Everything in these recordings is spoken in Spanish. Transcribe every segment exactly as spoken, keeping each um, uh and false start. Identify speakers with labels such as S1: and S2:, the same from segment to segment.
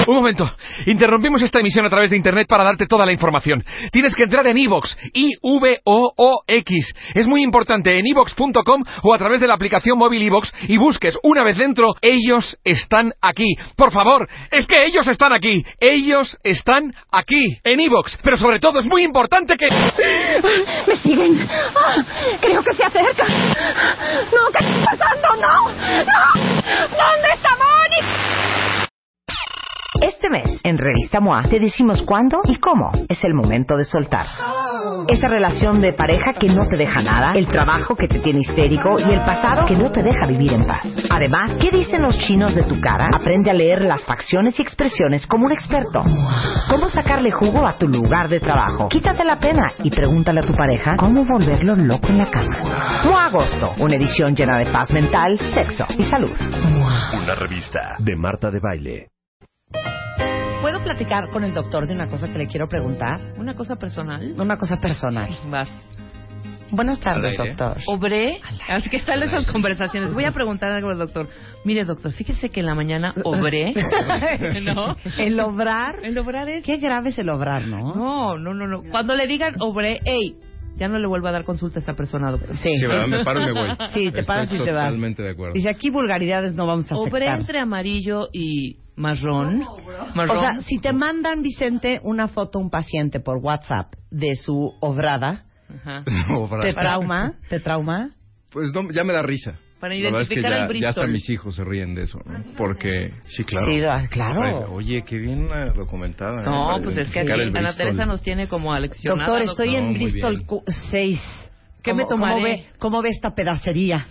S1: Un momento. Interrumpimos esta emisión a través de internet para darte toda la información. Tienes que entrar en iVoox, I V O O X. Es muy importante, en iVoox punto com o a través de la aplicación móvil iVoox y busques, una vez dentro, Ellos Están Aquí. Por favor, es que ellos están aquí. Ellos están aquí, en iVoox. Pero sobre todo es muy importante que...
S2: ¡Me siguen! ¡Ah! ¡Creo que se acercan! ¡No! ¿Qué está pasando? ¡No! ¡No! ¿Dónde está Mónica?
S3: Este mes, en Revista M O A, te decimos cuándo y cómo es el momento de soltar. Esa relación de pareja que no te deja nada, el trabajo que te tiene histérico y el pasado que no te deja vivir en paz. Además, ¿qué dicen los chinos de tu cara? Aprende a leer las facciones y expresiones como un experto. ¿Cómo sacarle jugo a tu lugar de trabajo? Quítate la pena y pregúntale a tu pareja cómo volverlo loco en la cama. M O A Agosto, una edición llena de paz mental, sexo y salud.
S4: Una revista de Marta de Baile.
S3: ¿Puedo platicar con el doctor de una cosa que le quiero preguntar?
S5: ¿Una cosa personal?
S3: Una cosa personal.
S5: Vas.
S3: Buenas tardes, doctor.
S5: Obré. Así que están esas conversaciones. Voy a preguntar algo al doctor. Mire, doctor, fíjese que en la mañana obré. ¿No?
S3: ¿El obrar?
S5: El obrar es...
S3: Qué grave es el obrar, ¿no?
S5: No, no, no, no. Cuando le digan obré, ey, ya no le vuelvo a dar consulta a esa persona, doctor.
S3: Sí.
S6: Sí, ¿verdad? Me paro y me voy.
S3: Sí, te paras y te vas.
S6: Totalmente de acuerdo.
S3: Dice, aquí vulgaridades no vamos a aceptar.
S5: Obré entre amarillo y marrón.
S3: No,
S5: marrón.
S3: O sea, si te mandan, Vicente, una foto a un paciente por WhatsApp de su obrada,
S5: Ajá.
S3: ¿te trauma? ¿Te trauma?
S6: Pues no, ya me da risa.
S5: Para
S6: La verdad es que
S5: identificar
S6: ya,
S5: el Bristol.
S6: ya hasta mis hijos se ríen de eso, ¿no? Porque, sí, claro.
S3: Sí, claro.
S6: Oye, qué bien uh, documentada.
S5: No,
S6: ¿eh?
S5: pues es que
S6: Identificar
S5: aquí
S6: el
S5: Ana
S6: Bristol.
S5: Teresa nos tiene como aleccionada.
S3: Doctor, estoy
S6: No,
S3: en
S6: muy
S3: Bristol
S6: bien.
S3: Q- seis.
S5: ¿Qué me
S3: ¿Cómo-
S5: tomaré?
S3: ¿Cómo ve, cómo ve esta pedacería?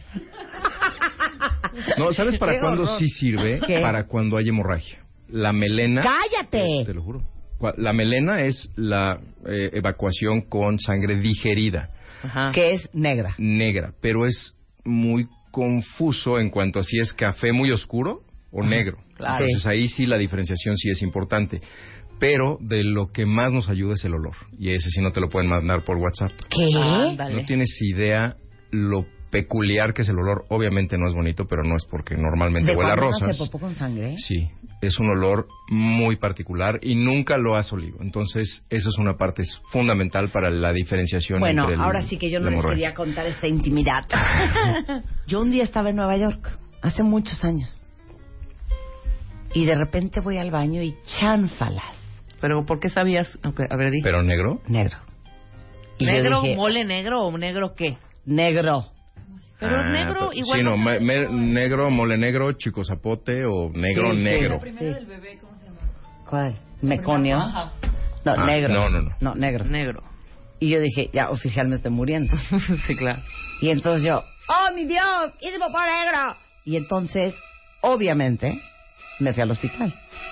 S6: No, ¿sabes para
S3: Qué
S6: cuándo
S3: horror.
S6: sí sirve?
S3: ¿Qué?
S6: Para cuando hay hemorragia. La melena...
S3: ¡Cállate!
S6: Te lo juro. Cua- La melena es la eh, evacuación con sangre digerida,
S5: Ajá.
S3: Que es negra.
S6: negra, pero es muy confuso en cuanto a si es café muy oscuro o negro.
S5: claro.
S6: Entonces ahí sí la diferenciación sí es importante. Pero de lo que más nos ayuda es el olor. Y ese sí no te lo pueden mandar por WhatsApp.
S3: ¿Qué?
S5: Ándale.
S6: No tienes idea lo peculiar que es el olor. Obviamente no es bonito, pero no es porque normalmente
S3: ¿De
S6: huele a
S3: cuando
S6: rosas.
S3: hace popó con sangre?
S6: Sí, es un olor muy particular y nunca lo has olido. Entonces, eso es una parte fundamental para la diferenciación
S3: Bueno,
S6: entre el,
S3: ahora sí que yo no
S6: la
S3: les
S6: hemorragia.
S3: quería contar esta intimidad. Yo un día estaba en Nueva York, hace muchos años. Y de repente voy al baño y chanfalas.
S5: Pero ¿por qué sabías? Okay, a ver, di.
S6: ¿Pero negro?
S3: Negro. Y yo
S5: ¿Negro,
S3: dije,
S5: mole negro o negro qué?
S3: negro.
S5: Pero
S6: Ah,
S5: negro
S6: pero-
S5: igual...
S6: Sí, no,
S5: no
S6: me-
S5: sabe-
S6: me- negro, mole negro, chico zapote o negro,
S3: Sí, sí.
S6: negro.
S3: Sí. ¿Cuál? ¿Meconio? No,
S6: Ah,
S3: negro.
S6: no, no, no.
S3: No, negro.
S5: Negro.
S3: Y yo dije, ya, oficial me estoy muriendo.
S5: Sí, claro.
S3: Y entonces yo, ¡oh, mi Dios! ¡Hice popó negro! Y entonces, obviamente, me fui al hospital.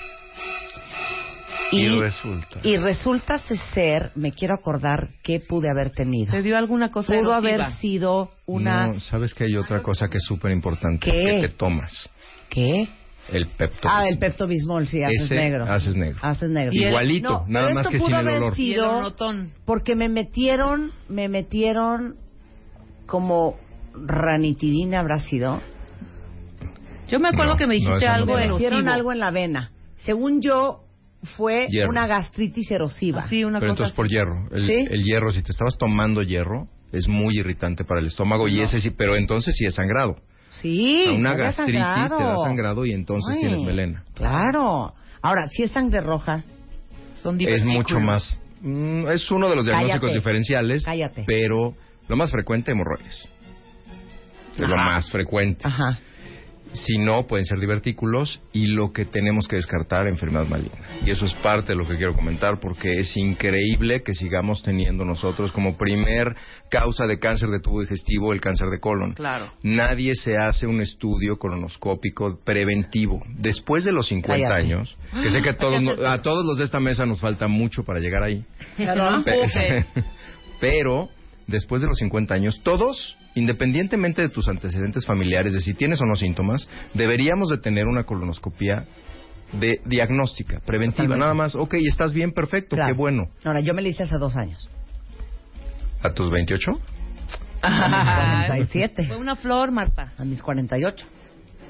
S6: Y resulta.
S3: Y resulta ser, me quiero acordar qué pude haber tenido.
S5: ¿Te dio alguna cosa
S3: Pudo
S5: erosiva?
S3: haber sido una...
S6: No, ¿sabes que hay otra cosa que es súper importante?
S3: ¿Qué?
S6: Que te tomas.
S3: ¿Qué?
S6: El Pepto.
S3: Ah, el Pepto-Bismol, sí, haces
S6: Ese
S3: negro.
S6: haces negro.
S3: Haces negro.
S5: Y el-
S6: Igualito,
S3: No,
S6: nada
S3: pero
S6: más
S3: esto
S6: que
S3: pudo
S6: sin el
S3: haber
S6: olor.
S5: Y el
S3: sido-
S5: hornotón.
S3: Porque me metieron, me metieron como ranitidina, ¿habrá sido?
S5: Yo me acuerdo
S6: No,
S5: que me
S6: no,
S5: dijiste
S6: eso no
S5: algo
S6: me
S3: Me
S6: acuerdo.
S3: metieron
S5: erosivo.
S3: algo en la vena. Según yo, fue
S6: Hierro.
S3: una gastritis erosiva.
S5: Sí, una
S6: Pero
S5: cosa
S6: entonces por
S5: así.
S6: hierro. El,
S3: ¿Sí?
S6: el hierro, si te estabas tomando hierro, es muy irritante para el estómago y
S3: No.
S6: ese sí, pero entonces sí es sangrado.
S3: Sí,
S6: A una
S3: me había
S6: gastritis
S3: sangrado.
S6: te da sangrado y entonces
S3: Ay,
S6: tienes melena.
S3: Claro. Ahora, si es sangre roja,
S5: Son
S6: Es mucho
S5: divertículos.
S6: más. mm, es uno de los diagnósticos
S3: Cállate.
S6: diferenciales,
S3: Cállate.
S6: pero lo más frecuente, hemorroides. Es lo
S3: Ajá.
S6: más frecuente.
S3: ajá.
S6: Si no, pueden ser divertículos y lo que tenemos que descartar, enfermedad maligna. Y eso es parte de lo que quiero comentar porque es increíble que sigamos teniendo nosotros como primer causa de cáncer de tubo digestivo el cáncer de colon.
S5: Claro.
S6: Nadie se hace un estudio colonoscópico preventivo. Después de los cincuenta
S3: Cállate.
S6: años, que sé que a todos, no- a todos los de esta mesa nos falta mucho para llegar ahí.
S5: No
S6: Pe-
S5: empujes.
S6: Pero después de los cincuenta años, todos, independientemente de tus antecedentes familiares, de si tienes o no síntomas, deberíamos de tener una colonoscopia de diagnóstica, preventiva.
S3: Totalmente.
S6: Nada más, ok, estás bien, perfecto,
S3: Claro.
S6: qué bueno.
S3: Ahora, yo me la hice hace dos años.
S6: ¿A tus veintiocho?
S3: A mis cuarenta y siete.
S5: Fue una flor, Marta.
S3: A mis cuarenta y ocho.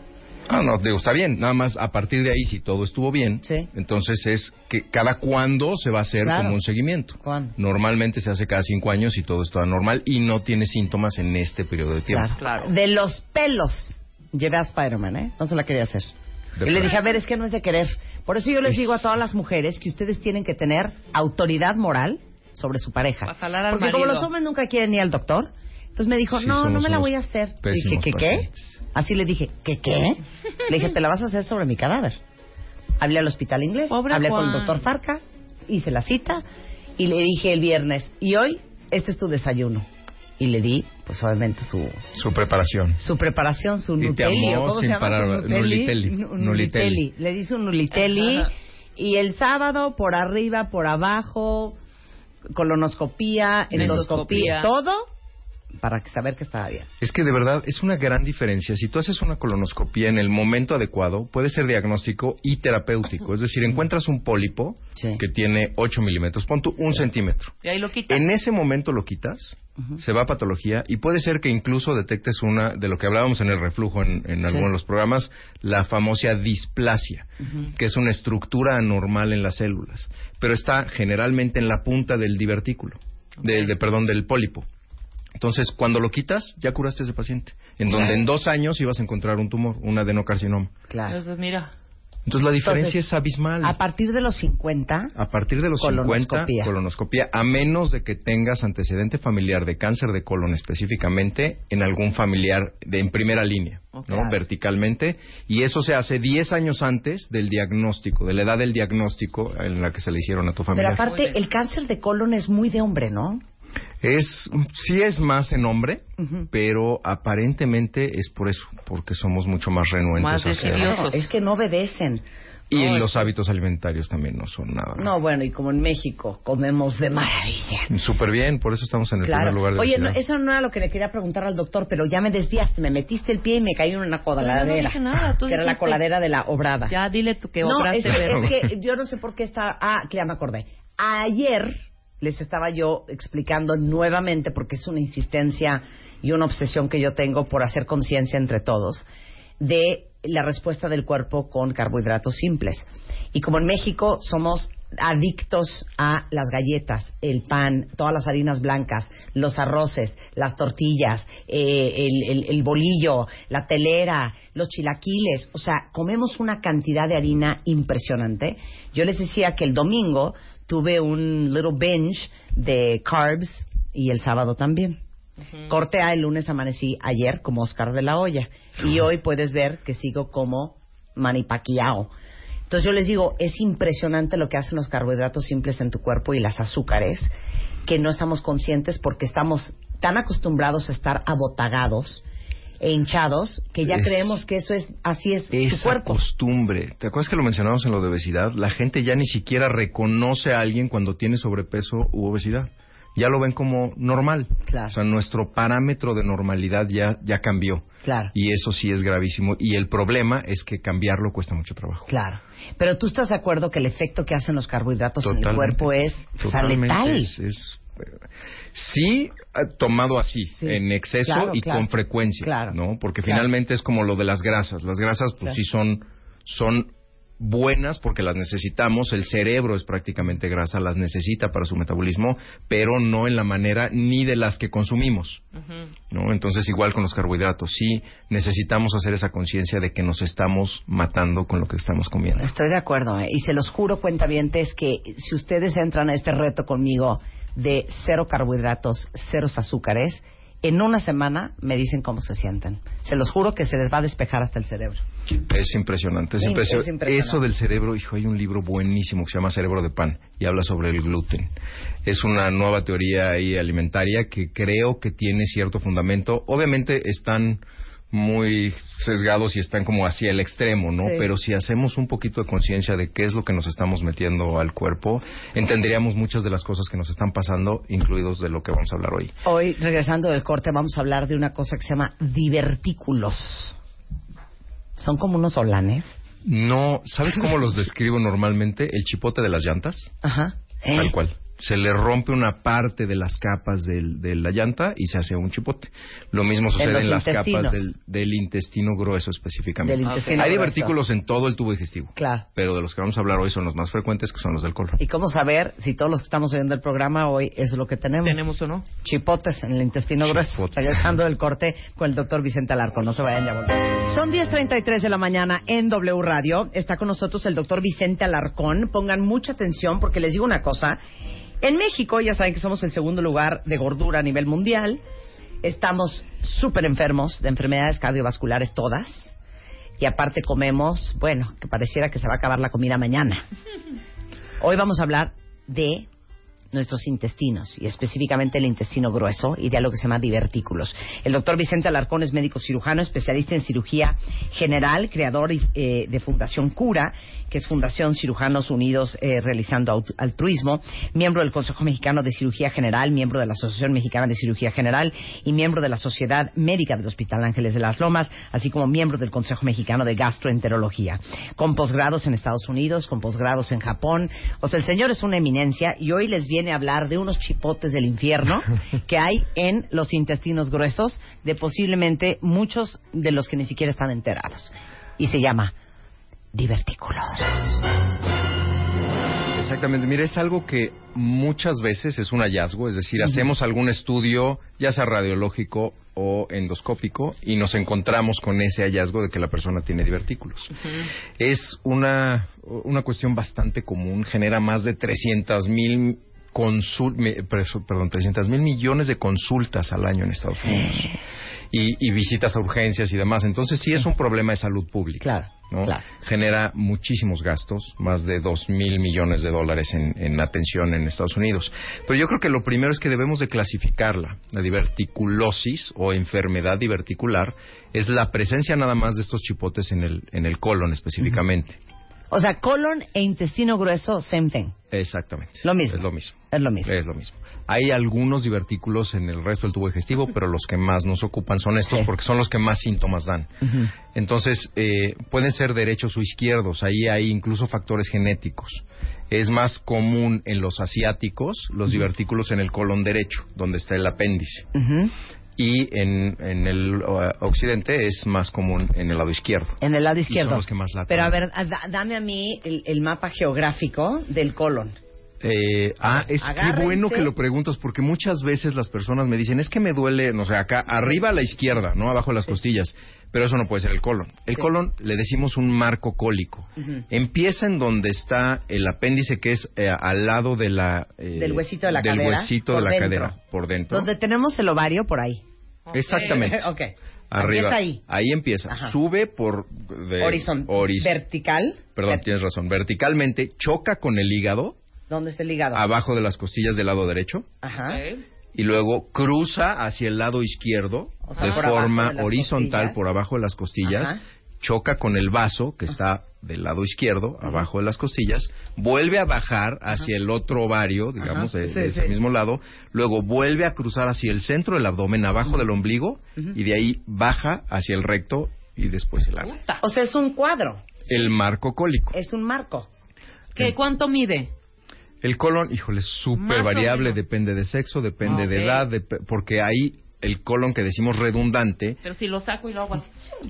S6: Ah, no, digo, está bien. Nada más a partir de ahí, si todo estuvo bien,
S3: sí.
S6: entonces es que cada cuándo se va a hacer
S3: claro.
S6: como un seguimiento.
S3: ¿Cuándo?
S6: Normalmente se hace cada cinco años y todo está normal y no tiene síntomas en este periodo de tiempo.
S3: Claro, claro. De los pelos llevé a Spider-Man, ¿eh? No se la quería hacer.
S6: De
S3: y le dije, a ver, es que no es de querer. Por eso yo les es... digo a todas las mujeres que ustedes tienen que tener autoridad moral sobre su pareja.
S5: Para jalar al
S3: Porque
S5: marido.
S3: como los hombres nunca quieren ir al doctor, entonces me dijo,
S6: Sí,
S3: no,
S6: somos
S3: no me la
S6: unos
S3: voy a hacer.
S6: pésimos
S3: Dije, ¿qué qué?
S6: pacientes.
S3: Así le dije, ¿qué qué? Le dije, te la vas a hacer sobre mi cadáver. Hablé al hospital inglés,
S5: Pobre
S3: hablé
S5: Juan.
S3: con el doctor Farca, hice la cita y le dije el viernes, y hoy, este es tu desayuno. Y le di, pues obviamente, su...
S6: Su preparación.
S3: Su preparación, su
S6: Y te
S3: Nutelli.
S6: amó
S3: ¿o ¿Cómo
S6: sin
S3: se llama?
S6: parar.
S3: Su Nutelli.
S6: Nulitelli.
S3: Nu-
S6: Nulitelli.
S3: Nulitelli. Le di su Nulitelli.
S5: Ajá.
S3: Y el sábado, por arriba, por abajo, colonoscopía, endoscopía,
S5: Endoscopía.
S3: todo, para saber que estaba bien.
S6: Es que de verdad es una gran diferencia. Si tú haces una colonoscopía en el momento adecuado, puede ser diagnóstico y terapéutico. Es decir, encuentras un pólipo
S3: Sí.
S6: que tiene ocho milímetros, pon tú un centímetro.
S5: Y ahí lo quita.
S6: En ese momento lo quitas,
S3: Ujú.
S6: se va a patología y puede ser que incluso detectes una, de lo que hablábamos en el reflujo en, en algunos de los programas, la famosa displasia,
S3: Ujú.
S6: que es una estructura anormal en las células, pero está generalmente en la punta del divertículo, de, de, perdón, del pólipo. Entonces, cuando lo quitas, ya curaste a ese paciente, en donde
S3: Claro.
S6: en dos años ibas a encontrar un tumor, un adenocarcinoma.
S3: Claro.
S5: Entonces, mira.
S6: Entonces, la diferencia
S3: Entonces,
S6: es abismal.
S3: A partir de los cincuenta,
S6: A partir de los cincuenta,
S3: Colonoscopía.
S6: colonoscopía, a menos de que tengas antecedente familiar de cáncer de colon específicamente en algún familiar de en primera línea,
S5: Ok.
S6: ¿no? Verticalmente, y eso se hace diez años antes del diagnóstico, de la edad del diagnóstico en la que se le hicieron a tu
S3: pero
S6: familiar.
S3: aparte, el cáncer de colon es muy de hombre, ¿no?
S6: Es, sí es más en hombre,
S3: Ujú.
S6: pero aparentemente es por eso, porque somos mucho más renuentes
S5: Más
S6: a hacer.
S5: decidiosos.
S3: Claro, es que no obedecen.
S6: Y
S3: No,
S6: los
S3: es-
S6: hábitos alimentarios también no son nada.
S3: No, bueno, y como en México comemos de maravilla.
S6: Súper bien, por eso estamos en el
S3: Claro.
S6: primer lugar de
S3: Oye, no,
S6: obesidad.
S3: eso no era lo que le quería preguntar al doctor, pero ya me desviaste, me metiste el pie y me caí en una
S5: Pero
S3: coladera.
S5: yo no dije nada, tú
S3: que era la
S5: dijiste.
S3: coladera de la obrada.
S5: Ya dile tú que
S3: no,
S5: obraste
S3: es que,
S5: ver.
S3: es que yo no sé por qué está... Ah, que ya me acordé. Ayer les estaba yo explicando nuevamente, porque es una insistencia y una obsesión que yo tengo por hacer conciencia entre todos, de la respuesta del cuerpo con carbohidratos simples. Y como en México somos adictos a las galletas, el pan, todas las harinas blancas, los arroces, las tortillas, eh, el, el, el bolillo, la telera, los chilaquiles, o sea, comemos una cantidad de harina impresionante. Yo les decía que el domingo tuve un little binge de carbs y el sábado también. Uh-huh. Corte A, el lunes amanecí ayer como Oscar de la Hoya y hoy puedes ver que sigo como Manny Pacquiao. Entonces yo les digo, es impresionante lo que hacen los carbohidratos simples en tu cuerpo y las azúcares, que no estamos conscientes porque estamos tan acostumbrados a estar abotagados e hinchados que ya
S6: es,
S3: creemos que eso es así es
S6: esa
S3: tu cuerpo.
S6: Costumbre. ¿Te acuerdas que lo mencionamos en lo de obesidad? La gente ya ni siquiera reconoce a alguien cuando tiene sobrepeso u obesidad. Ya lo ven como normal.
S3: Claro.
S6: O sea, nuestro parámetro de normalidad ya, ya cambió.
S3: Claro.
S6: Y eso sí es gravísimo. Y el problema es que cambiarlo cuesta mucho trabajo.
S3: Claro. Pero tú estás de acuerdo que el efecto que hacen los carbohidratos
S6: Totalmente,
S3: en el cuerpo es
S6: totalmente
S3: letal.
S6: Es, es, sí, tomado así,
S3: Sí.
S6: en exceso
S3: Claro,
S6: y
S3: claro.
S6: con frecuencia,
S3: Claro.
S6: ¿no? Porque
S3: Claro.
S6: finalmente es como lo de las grasas. Las grasas, pues
S3: Claro.
S6: sí son, son buenas porque las necesitamos. El cerebro es prácticamente grasa, las necesita para su metabolismo, pero no en la manera ni de las que consumimos,
S5: Uh-huh.
S6: ¿no? Entonces, igual con los carbohidratos, sí necesitamos hacer esa conciencia de que nos estamos matando con lo que estamos comiendo.
S3: Estoy de acuerdo, ¿eh? Y se los juro, cuentavientes, que si ustedes entran a este reto conmigo de cero carbohidratos, ceros azúcares, en una semana me dicen cómo se sienten. Se los juro que se les va a despejar hasta el cerebro.
S6: Es impresionante, es,
S3: Sí,
S6: impresio-
S3: es impresionante.
S6: Eso del cerebro, hijo, hay un libro buenísimo que se llama Cerebro de Pan y habla sobre el gluten. Es una nueva teoría ahí alimentaria que creo que tiene cierto fundamento. Obviamente están muy sesgados y están como hacia el extremo, ¿no?
S3: Sí.
S6: Pero si hacemos un poquito de conciencia de qué es lo que nos estamos metiendo al cuerpo, entenderíamos muchas de las cosas que nos están pasando, incluidos de lo que vamos a hablar hoy.
S3: Hoy, regresando del corte, vamos a hablar de una cosa que se llama divertículos. Son como unos holanes.
S6: No, ¿sabes cómo los describo normalmente? El chipote de las llantas.
S3: Ajá.
S6: Tal cual. se le rompe una parte de las capas del, de la llanta y se hace un chipote. Lo mismo sucede en, en las capas del, del intestino grueso específicamente.
S3: Del intestino
S6: Hay
S3: grueso.
S6: divertículos en todo el tubo digestivo.
S3: Claro.
S6: Pero de los que vamos a hablar hoy son los más frecuentes, que son los del colon.
S3: ¿Y cómo saber si todos los que estamos oyendo el programa hoy es lo que tenemos?
S5: ¿Tenemos o no?
S3: Chipotes en el intestino
S6: Chipotes.
S3: grueso. Regresando del corte con el doctor Vicente Alarcón. No se vayan, ya volvemos. Son diez treinta y tres de la mañana en W Radio. Está con nosotros el doctor Vicente Alarcón. Pongan mucha atención porque les digo una cosa. En México, ya saben que somos el segundo lugar de gordura a nivel mundial. Estamos súper enfermos de enfermedades cardiovasculares todas. Y aparte comemos, bueno, que pareciera que se va a acabar la comida mañana. Hoy vamos a hablar de nuestros intestinos, y específicamente el intestino grueso y de algo que se llama divertículos. El doctor Vicente Alarcón es médico cirujano, especialista en cirugía general, creador eh, de Fundación Cura, que es Fundación Cirujanos Unidos eh, Realizando Altruismo, miembro del Consejo Mexicano de Cirugía General, miembro de la Asociación Mexicana de Cirugía General y miembro de la Sociedad Médica del Hospital Ángeles de las Lomas, así como miembro del Consejo Mexicano de Gastroenterología, con posgrados en Estados Unidos, con posgrados en Japón. O sea, el señor es una eminencia y hoy les viene a hablar de unos chipotes del infierno que hay en los intestinos gruesos de posiblemente muchos de los que ni siquiera están enterados. Y se llama divertículos.
S6: Exactamente, mire, es algo que muchas veces es un hallazgo, es decir, uh-huh. hacemos algún estudio, ya sea radiológico o endoscópico, y nos encontramos con ese hallazgo de que la persona tiene divertículos. Uh-huh. Es una, una cuestión bastante común, genera más de trescientos mil Consul, perdón, trescientos mil millones de consultas al año en Estados Unidos y, y visitas a urgencias y demás. Entonces sí es un problema de salud pública.
S3: Claro,
S6: ¿no?
S3: claro.
S6: Genera muchísimos gastos, más de dos mil millones de dólares en, en atención en Estados Unidos. Pero yo creo que lo primero es que debemos de clasificarla. La diverticulosis o enfermedad diverticular es la presencia nada más de estos chipotes en el, en el colon específicamente. Uh-huh.
S3: O sea, colon e intestino grueso, same thing.
S6: Exactamente.
S3: Lo mismo.
S6: Es lo mismo.
S3: Es lo mismo.
S6: Es lo mismo. Hay algunos divertículos en el resto del tubo digestivo, pero los que más nos ocupan son estos, sí. porque son los que más síntomas dan. Uh-huh. Entonces, eh, pueden ser derechos o izquierdos. Ahí hay incluso factores genéticos. Es más común en los asiáticos los uh-huh. divertículos en el colon derecho, donde está el apéndice. Uh-huh. Y en, en el uh, occidente es más común en el lado izquierdo.
S3: En el lado izquierdo.
S6: Y son los que más latan.
S3: Pero a ver, da, dame a mí el, el mapa geográfico del colon.
S6: Eh, ah, es
S3: Agárrense.
S6: Qué bueno que lo preguntas, porque muchas veces las personas me dicen, es que me duele, no sé, acá, arriba a la izquierda, ¿no? Abajo de las sí. costillas. Pero eso no puede ser el colon. El sí. colon le decimos un marco cólico. Uh-huh. Empieza en donde está el apéndice, que es eh, al lado de la... Eh,
S3: del huesito de la
S6: del
S3: cadera.
S6: Del huesito de la
S3: dentro.
S6: cadera, por dentro.
S3: Donde tenemos el ovario, por ahí.
S6: Okay. Exactamente.
S3: Ok.
S6: Arriba.
S3: Empieza ahí.
S6: Ahí empieza.
S3: Ajá.
S6: Sube por... De,
S3: Horizon.
S6: Horiz...
S3: Vertical.
S6: Perdón,
S3: Vert...
S6: tienes razón. Verticalmente, choca con el hígado.
S3: ¿Dónde está el hígado?
S6: Abajo de las costillas del lado derecho.
S3: Ajá.
S5: Okay.
S6: Y luego cruza hacia el lado izquierdo, o sea, de forma de horizontal costillas. Por abajo de las costillas. Ajá. Choca con el vaso que está del lado izquierdo, uh-huh. abajo de las costillas, vuelve a bajar hacia uh-huh. el otro ovario, digamos, de,
S3: sí,
S6: de ese
S3: sí.
S6: mismo lado, luego vuelve a cruzar hacia el centro del abdomen, abajo uh-huh. del ombligo, uh-huh. y de ahí baja hacia el recto y después el ano.
S3: O sea, es un cuadro.
S6: El marco cólico.
S3: Es un marco.
S5: ¿Qué, ¿Cuánto mide?
S6: El colon, híjole, es súper variable, depende de sexo, depende okay. de edad, de, porque hay el colon que decimos redundante.
S5: Pero si lo saco y lo hago así.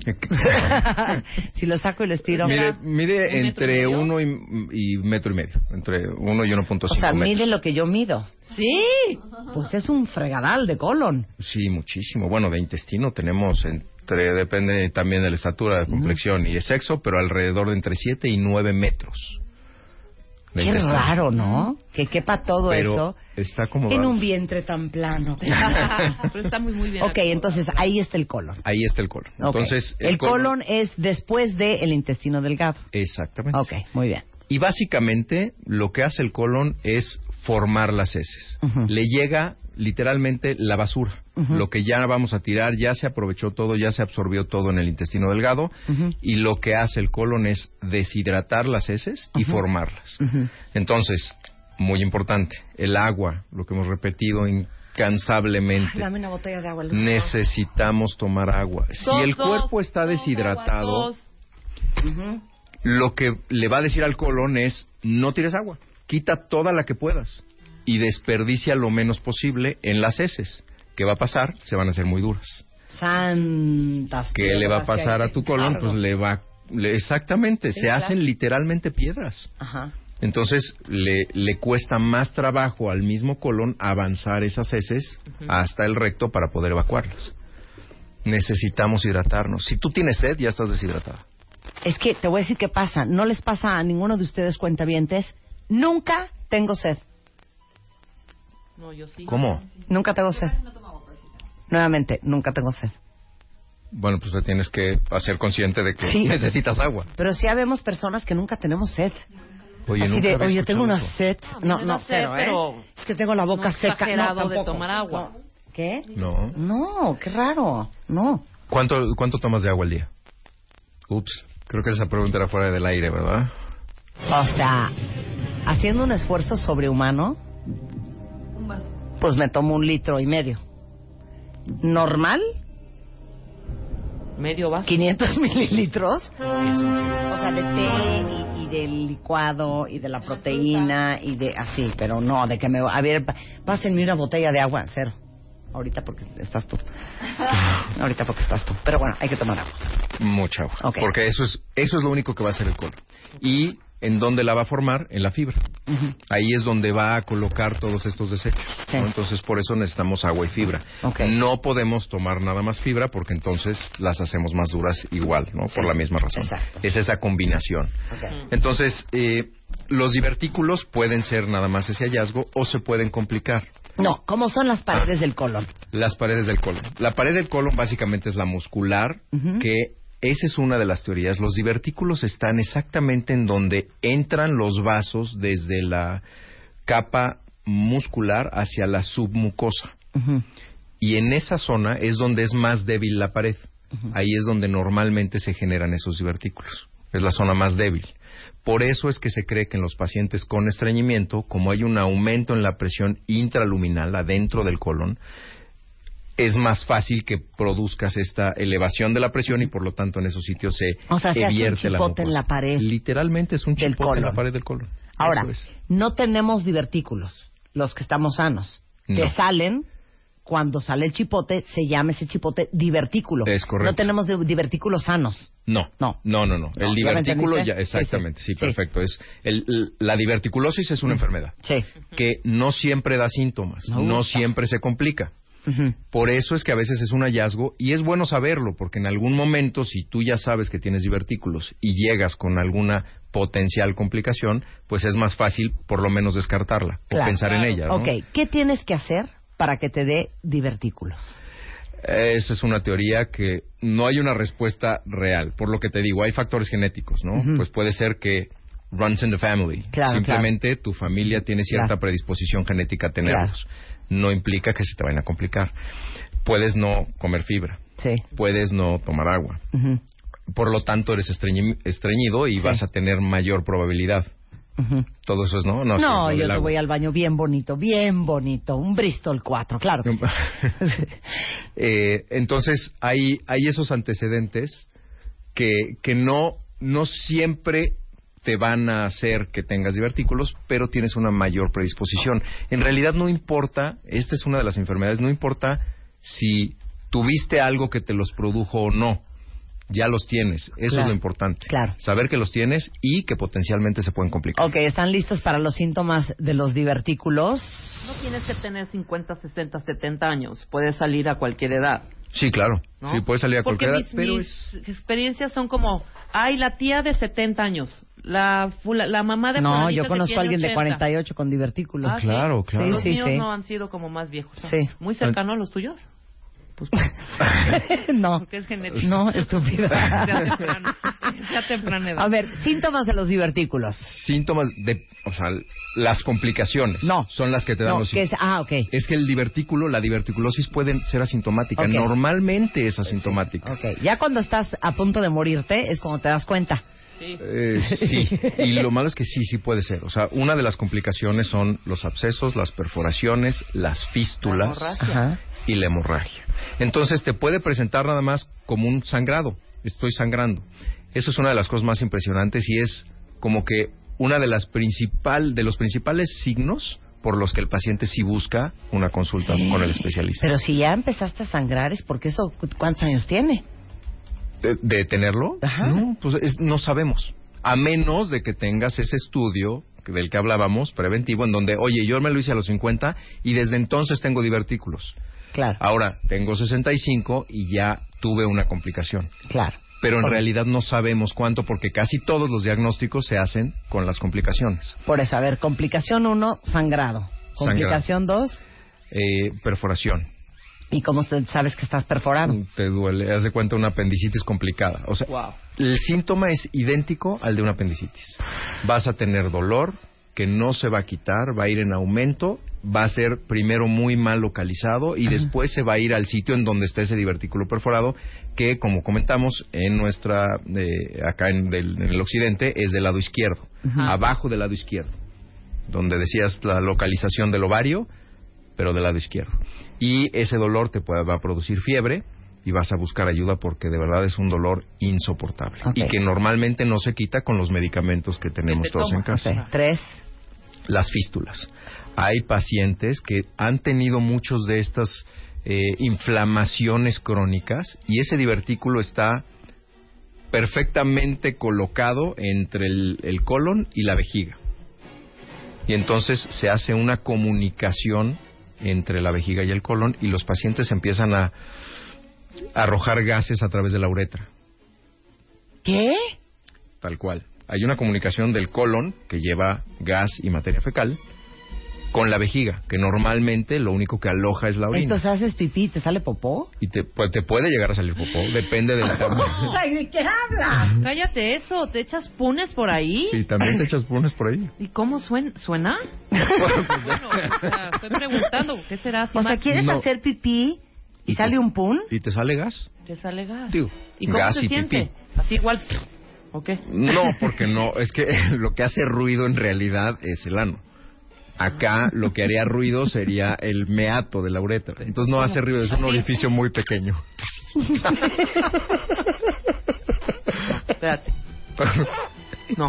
S3: Si lo saco y lo estiro.
S6: Mide, mide entre uno y, y metro y medio. Entre uno y uno punto cinco
S3: metros. O sea,
S6: metros.
S3: mide lo que yo mido.
S5: Sí.
S3: Pues es un fregadal de colon.
S6: Sí, muchísimo. Bueno, de intestino tenemos entre, depende también de la estatura, de complexión uh-huh. y de sexo, pero alrededor de entre siete y nueve metros.
S3: Qué intestino. Raro, ¿no? Que quepa todo
S6: pero
S3: eso
S6: está como
S3: en
S6: raro.
S3: Un vientre tan plano.
S5: Pero está muy, muy bien.
S3: Ok, entonces ahí está el colon.
S6: Ahí está el colon. Entonces,
S3: okay. El, el colon, colon es después del intestino delgado.
S6: Exactamente.
S3: Ok, muy bien.
S6: Y básicamente lo que hace el colon es formar las heces. Uh-huh. Le llega literalmente la basura. Uh-huh. Lo que ya vamos a tirar, ya se aprovechó todo, ya se absorbió todo en el intestino delgado. Uh-huh. Y lo que hace el colon es deshidratar las heces uh-huh. y formarlas. Uh-huh. Entonces, muy importante, el agua, lo que hemos repetido incansablemente.
S3: Ay, dame una botella de agua.
S6: Necesitamos tomar agua. Dos, si el dos, cuerpo está deshidratado, uh-huh. lo que le va a decir al colon es, no tires agua, quita toda la que puedas. y desperdicia lo menos posible en las heces. ¿Qué va a pasar? Se van a hacer muy duras.
S3: Santas.
S6: ¿Qué le va a pasar a tu colon? Pues le va... Le, exactamente, sí, se claro. hacen literalmente piedras.
S3: Ajá.
S6: Entonces le, le cuesta más trabajo al mismo colon avanzar esas heces uh-huh. hasta el recto para poder evacuarlas. Necesitamos hidratarnos. Si tú tienes sed, ya estás deshidratada.
S3: Es que te voy a decir qué pasa. No les pasa a ninguno de ustedes cuentavientes. Nunca tengo sed.
S5: No, yo sí.
S6: ¿Cómo?
S3: Nunca tengo sed. Nuevamente, nunca tengo sed.
S6: Bueno, pues te tienes que hacer consciente de que sí. necesitas agua.
S3: Pero sí habemos personas que nunca tenemos sed.
S6: Oye,
S3: Así
S6: nunca
S3: de, oye, tengo una
S6: eso.
S3: sed. No, no, no sed, cero,
S5: pero
S3: ¿eh? Es que tengo la boca
S5: no
S3: seca. No,
S5: de tomar agua.
S3: No. ¿Qué?
S6: No.
S3: No, qué raro. No.
S6: ¿Cuánto, cuánto tomas de agua al día? Ups, creo que esa pregunta era fuera del aire, ¿verdad?
S3: O sea, haciendo un esfuerzo sobrehumano, pues me tomo un litro y medio. ¿Normal?
S5: ¿Medio vaso?
S3: quinientos mililitros. O sea, de té y, y del licuado y de la proteína y de así, pero no, de que me... A ver, pásenme una botella de agua, cero. Ahorita porque estás tú. Ahorita porque estás tú. Pero bueno, hay que tomar agua.
S6: Mucha agua.
S3: Okay.
S6: Porque eso es eso es lo único que va a hacer el colon. Y ¿en dónde la va a formar? En la fibra. Uh-huh. Ahí es donde va a colocar todos estos desechos. Sí. ¿no? Entonces, por eso necesitamos agua y fibra.
S3: Okay.
S6: No podemos tomar nada más fibra porque entonces las hacemos más duras igual, ¿no? Sí. Por la misma razón.
S3: Exacto.
S6: Es esa combinación.
S3: Okay.
S6: Entonces, eh, los divertículos pueden ser nada más ese hallazgo o se pueden complicar.
S3: No, ¿cómo son las paredes ah, del colon?
S6: Las paredes del colon. La pared del colon básicamente es la muscular, uh-huh. que esa es una de las teorías. Los divertículos están exactamente en donde entran los vasos desde la capa muscular hacia la submucosa. Uh-huh. Y en esa zona es donde es más débil la pared. Uh-huh. Ahí es donde normalmente se generan esos divertículos. Es la zona más débil. Por eso es que se cree que en los pacientes con estreñimiento, como hay un aumento en la presión intraluminal adentro del colon, es más fácil que produzcas esta elevación de la presión y por lo tanto en esos sitios se
S3: o sea, se
S6: evierte
S3: hace un
S6: la
S3: chipote en la pared.
S6: Literalmente es un chipote en la pared del colon.
S3: Ahora,
S6: es.
S3: no tenemos divertículos, los que estamos sanos.
S6: No.
S3: Te salen... Cuando sale el chipote, se llama ese chipote divertículo.
S6: Es correcto.
S3: No tenemos de, divertículos sanos.
S6: No, no, no, no. no. El
S3: no,
S6: divertículo ya, exactamente, sí, sí, sí, sí. perfecto. Es el, la diverticulosis es una enfermedad
S3: sí.
S6: que no siempre da síntomas, no, no siempre se complica.
S3: Uh-huh.
S6: Por eso es que a veces es un hallazgo y es bueno saberlo, porque en algún momento, si tú ya sabes que tienes divertículos y llegas con alguna potencial complicación, pues es más fácil por lo menos descartarla
S3: claro,
S6: o pensar
S3: claro.
S6: en ella, ¿no?
S3: Ok, ¿qué tienes que hacer para que te dé divertículos?
S6: Esa es una teoría que no hay una respuesta real. Por lo que te digo, hay factores genéticos, ¿no? Uh-huh. Pues puede ser que runs in the family.
S3: Claro,
S6: Simplemente
S3: claro.
S6: tu familia tiene cierta
S3: claro.
S6: predisposición genética a tenerlos. Claro. No implica que se te vayan a complicar. Puedes no comer fibra.
S3: Sí.
S6: Puedes no tomar agua.
S3: Uh-huh.
S6: Por lo tanto, eres estreñi- estreñido y sí. vas a tener mayor probabilidad.
S3: Uh-huh.
S6: Todo eso es, ¿no? No,
S3: no
S6: sí,
S3: yo te
S6: agua.
S3: voy al baño bien bonito, bien bonito. Un Bristol cuatro, claro que sí.
S6: eh, entonces, hay, hay esos antecedentes que, que no, no siempre te van a hacer que tengas divertículos, pero tienes una mayor predisposición. En realidad no importa, esta es una de las enfermedades, no importa si tuviste algo que te los produjo o no. Ya los tienes, eso
S3: claro,
S6: es lo importante.
S3: Claro.
S6: Saber que los tienes y que potencialmente se pueden complicar.
S3: Ok, ¿están listos para los síntomas de los divertículos?
S5: No tienes que tener cincuenta, sesenta, setenta años. Puedes salir a cualquier edad.
S6: Sí, claro.
S5: ¿No?
S6: Sí, puedes salir a
S5: Porque
S6: cualquier
S5: mis,
S6: edad, pero
S5: mis
S6: es...
S5: experiencias son como, ay, la tía de setenta años, la fula, la mamá de
S3: No,
S5: fulanita
S3: yo
S5: que
S3: conozco
S5: tiene
S3: a alguien
S5: ochenta.
S3: de cuarenta y ocho con divertículos.
S5: Ah,
S6: claro,
S5: ¿sí?
S6: claro.
S5: Los
S3: Sí, sí,
S5: míos
S3: sí.
S5: no han sido como más viejos. ¿no?
S3: Sí.
S5: Muy cercano a los tuyos. Pues,
S3: no.
S5: Porque es genético.
S3: No, estúpida.
S5: Sea temprano. Sea temprana edad.
S3: A ver, síntomas de los divertículos.
S6: Síntomas de... O sea, las complicaciones
S3: no.
S6: son las que te dan
S3: no,
S6: los
S3: que
S6: síntomas.
S3: es, ah, ok.
S6: Es que el divertículo, la diverticulosis puede ser asintomática.
S3: Okay.
S6: Normalmente es asintomática.
S3: Ok. Ya cuando estás a punto de morirte es cuando te das cuenta.
S5: Sí.
S6: Eh, sí, y lo malo es que sí, sí puede ser. O sea, una de las complicaciones son los abscesos, las perforaciones, las fístulas
S3: Ajá.
S6: y la hemorragia. Entonces te puede presentar nada más como un sangrado. Estoy sangrando. Eso es una de las cosas más impresionantes y es como que una de las principal, de los principales signos por los que el paciente sí busca una consulta
S3: Sí.
S6: con el especialista.
S3: Pero si ya empezaste a sangrar, es porque eso, ¿cuántos años tiene?
S6: ¿De, de tenerlo?
S3: Ajá.
S6: No, pues es- no sabemos. A menos de que tengas ese estudio del que hablábamos, preventivo, en donde, oye, yo me lo hice a los cincuenta y desde entonces tengo divertículos.
S3: Claro,
S6: Ahora, tengo sesenta y cinco y ya tuve una complicación.
S3: claro.
S6: Pero en
S3: Por-
S6: realidad no sabemos cuánto, porque casi todos los diagnósticos se hacen con las complicaciones.
S3: Por eso, a ver, complicación uno, sangrado. Complicación dos,
S6: Eh, perforación.
S3: ¿y cómo te- sabes que estás perforado?
S6: Te duele, haz de cuenta una apendicitis complicada. O sea,
S5: Wow.
S6: el síntoma es idéntico al de una apendicitis. Vas a tener dolor que no se va a quitar, va a ir en aumento, va a ser primero muy mal localizado y
S3: Ajá.
S6: después se va a ir al sitio en donde está ese divertículo perforado, que como comentamos en nuestra, eh, acá en, del- en el occidente, es del lado izquierdo,
S3: Ajá.
S6: abajo del lado izquierdo, donde decías la localización del ovario, pero del lado izquierdo. Y ese dolor te puede, va a producir fiebre y vas a buscar ayuda porque de verdad es un dolor insoportable.
S3: Ok.
S6: Y que normalmente no se quita con los medicamentos que tenemos
S5: te
S6: todos en
S5: tomas.
S6: casa.
S3: Ok, tres,
S6: Las fístulas. Hay pacientes que han tenido muchos de estas eh, inflamaciones crónicas y ese divertículo está perfectamente colocado entre el, el colon y la vejiga. Y entonces se hace una comunicación entre la vejiga y el colon y los pacientes empiezan a arrojar gases a través de la uretra,
S3: ¿qué?
S6: tal cual. Hay una comunicación del colon que lleva gas y materia fecal con la vejiga, que normalmente lo único que aloja es la orina.
S3: Entonces haces pipí, ¿te sale popó?
S6: Y te, pues, te puede llegar a salir popó, depende del tamaño.
S3: Ay, ¿de qué hablas?
S5: Cállate eso, ¿te echas punes por ahí?
S6: Y también te echas punes por ahí.
S5: ¿Y cómo suena? ¿Suena? Bueno, o sea, estoy preguntando, ¿qué será? así
S3: O sea,
S5: más?
S3: ¿quieres
S6: No.
S3: hacer pipí y,
S6: Y
S3: sale
S6: te-
S3: un pun?
S6: ¿Y te sale gas?
S5: Te sale gas.
S6: Digo,
S5: ¿Y cómo
S6: gas
S5: se
S6: y
S5: siente?
S6: pipí.
S5: Así igual, ¿o qué?
S6: No, porque no, es que lo que hace ruido en realidad es el ano. Acá lo que haría ruido sería el meato de la uretra. Entonces no hace ruido, es un orificio muy pequeño.
S5: Espérate. No.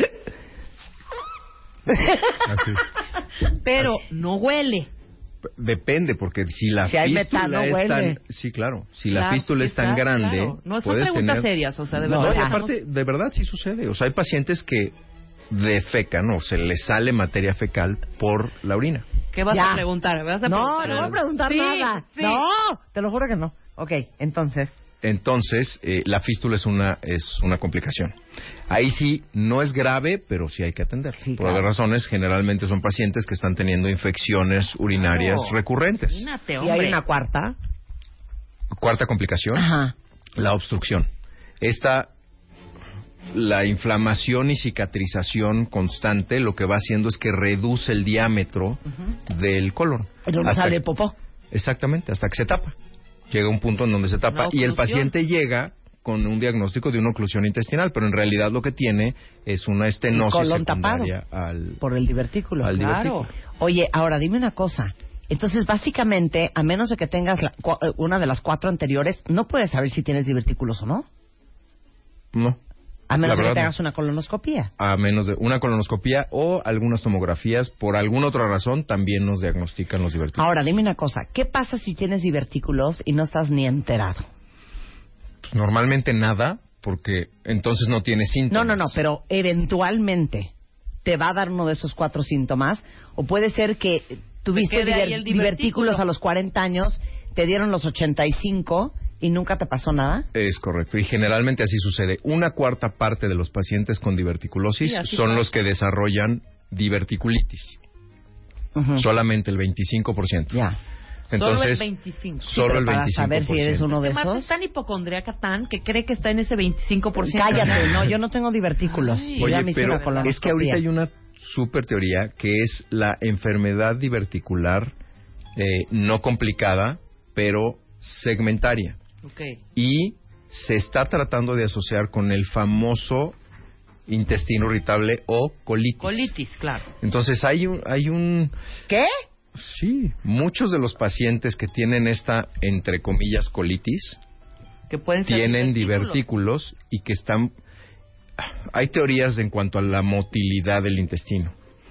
S6: Así.
S5: Pero no huele.
S6: Depende, porque si la
S3: Si hay
S6: fístula
S3: metano,
S6: es
S3: huele.
S6: tan... Sí, claro. Si la
S5: Claro,
S6: fístula
S5: sí,
S6: es tan
S5: claro,
S6: grande...
S5: claro. No son
S6: puedes
S5: preguntas
S6: tener...
S5: serias, o sea, de
S3: No,
S5: verdad.
S6: No, y
S3: ya.
S6: aparte, de verdad sí sucede. O sea, hay pacientes que defecan o se les sale materia fecal por la orina.
S5: ¿Qué vas
S3: Ya.
S5: a preguntar? ¿Vas a
S3: No,
S5: preguntar
S3: no voy a
S5: algo?
S3: preguntar
S5: Sí,
S3: nada.
S5: sí.
S3: No, te lo juro que no. Ok, entonces,
S6: Entonces, eh, la fístula es una es una complicación. Ahí sí, no es grave, pero sí hay que atender.
S3: Sí,
S6: por
S3: claro.
S6: varias razones, generalmente son pacientes que están teniendo infecciones urinarias
S5: Claro.
S6: recurrentes.
S5: Imagínate,
S3: y
S5: hombre.
S3: hay una cuarta.
S6: Cuarta complicación,
S3: Ajá.
S6: la obstrucción. Esta, la inflamación y cicatrización constante, lo que va haciendo es que reduce el diámetro del colon.
S3: Pero no
S6: Hasta-
S3: sale popó.
S6: Exactamente, hasta que se tapa. Llega un punto en donde se tapa
S5: Una
S6: y el
S5: oclusión.
S6: paciente llega con un diagnóstico de una oclusión intestinal, pero en realidad lo que tiene es una estenosis
S3: colon
S6: secundaria al...
S3: Por el divertículo.
S6: Al
S3: claro.
S6: divertículo.
S3: Oye, ahora dime una cosa. Entonces, básicamente, a menos de que tengas la- cua- eh, una de las cuatro anteriores, no puedes saber si tienes divertículos o no.
S6: No,
S3: A menos
S6: La
S3: de que
S6: verdad,
S3: te
S6: no.
S3: hagas una colonoscopía.
S6: a menos de una colonoscopía o algunas tomografías, por alguna otra razón, también nos diagnostican los divertículos.
S3: Ahora, dime una cosa. ¿Qué pasa si tienes divertículos y no estás ni enterado?
S6: Pues, normalmente nada, porque entonces no tiene
S3: No,
S6: síntomas.
S3: no, no, pero eventualmente te va a dar uno de esos cuatro síntomas. O puede ser que tuviste
S5: Se quede ahí
S3: diver-
S5: el divertículo.
S3: divertículos a los cuarenta años, te dieron los ochenta y cinco y nunca te pasó nada.
S6: Es correcto, y generalmente así sucede. Una cuarta parte de los pacientes con diverticulosis
S5: Sí, así
S6: son
S5: pasa.
S6: los que desarrollan diverticulitis.
S3: Ujú.
S6: Solamente el veinticinco por ciento.
S3: Ya.
S6: Entonces,
S5: Solo el veinticinco.
S6: solo
S3: pero
S6: el
S3: para
S6: veinticinco por ciento.
S3: saber si eres uno de
S5: Además,
S3: esos.
S5: es tan hipocondríaca tan que cree que está en ese veinticinco por ciento.
S3: Cállate, no, yo no tengo divertículos.
S5: Ay.
S3: Yo ya
S6: Oye,
S3: me hice
S6: pero
S3: una colonoscopia.
S6: es que ahorita hay una super teoría que es la enfermedad diverticular eh, no complicada, pero segmentaria.
S5: Ok.
S6: Y se está tratando de asociar con el famoso intestino irritable o colitis.
S5: Colitis, claro.
S6: Entonces hay un, hay un,
S3: ¿Qué?
S6: sí, muchos de los pacientes que tienen esta, entre comillas, colitis,
S5: Que pueden ser
S6: tienen
S5: divertículos.
S6: divertículos y que están... Hay teorías en cuanto a la motilidad del intestino.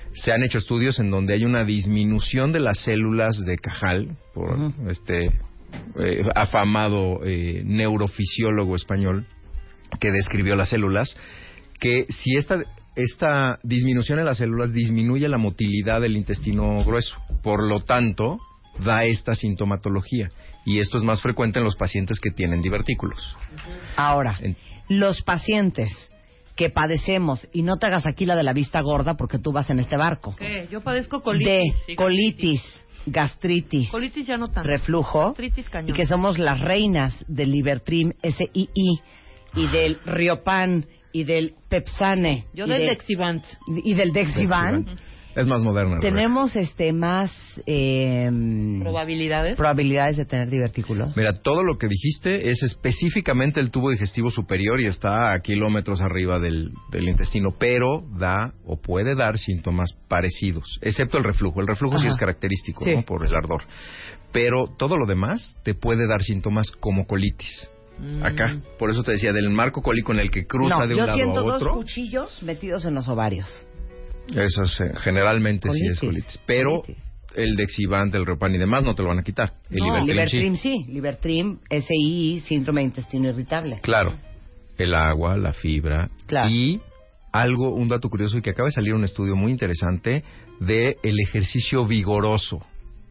S6: Se han hecho estudios en donde hay una disminución de las células de Cajal, por uh-huh. este eh, afamado eh, neurofisiólogo español que describió las células, que si esta, esta disminución en las células disminuye la motilidad del intestino grueso, por lo tanto, da esta sintomatología. Y esto es más frecuente en los pacientes que tienen divertículos.
S3: Ahora, en... los pacientes que padecemos, y no te hagas aquí la de la vista gorda porque tú vas en este barco.
S5: ¿Qué? Yo padezco colitis.
S3: De
S5: sí,
S3: colitis, gastritis,
S5: colitis ya no tanto.
S3: reflujo,
S5: gastritis cañón.
S3: Y que somos las reinas del Libertrim S I I y del Riopan y del Pepsane.
S5: Yo
S3: y
S5: del
S3: de,
S5: Dexivant.
S3: Y del Dexivant.
S6: Es más moderna.
S3: Tenemos este más eh,
S5: probabilidades
S3: probabilidades de tener divertículos.
S6: Mira, todo lo que dijiste es específicamente el tubo digestivo superior y está a kilómetros arriba del, del intestino, pero da o puede dar síntomas parecidos, excepto el reflujo. El reflujo Ajá. sí es característico, sí. ¿no? Por el ardor. Pero todo lo demás te puede dar síntomas como colitis. Mm. Acá, por eso te decía, del marco cólico en el que cruza
S3: no,
S6: de un lado a otro.
S3: Yo siento dos cuchillos metidos en los ovarios.
S6: Eso es, eh, generalmente colitis. Sí es colitis. Pero colitis. El Dexivant, el Riopan y demás no te lo van a quitar. El
S3: no,
S6: Libertrim,
S3: Libertrim
S6: sí.
S3: sí. Libertrim, S I I, síndrome de intestino irritable.
S6: Claro. El agua, la fibra.
S3: Claro.
S6: Y algo, un dato curioso, y que acaba de salir un estudio muy interesante de el ejercicio vigoroso.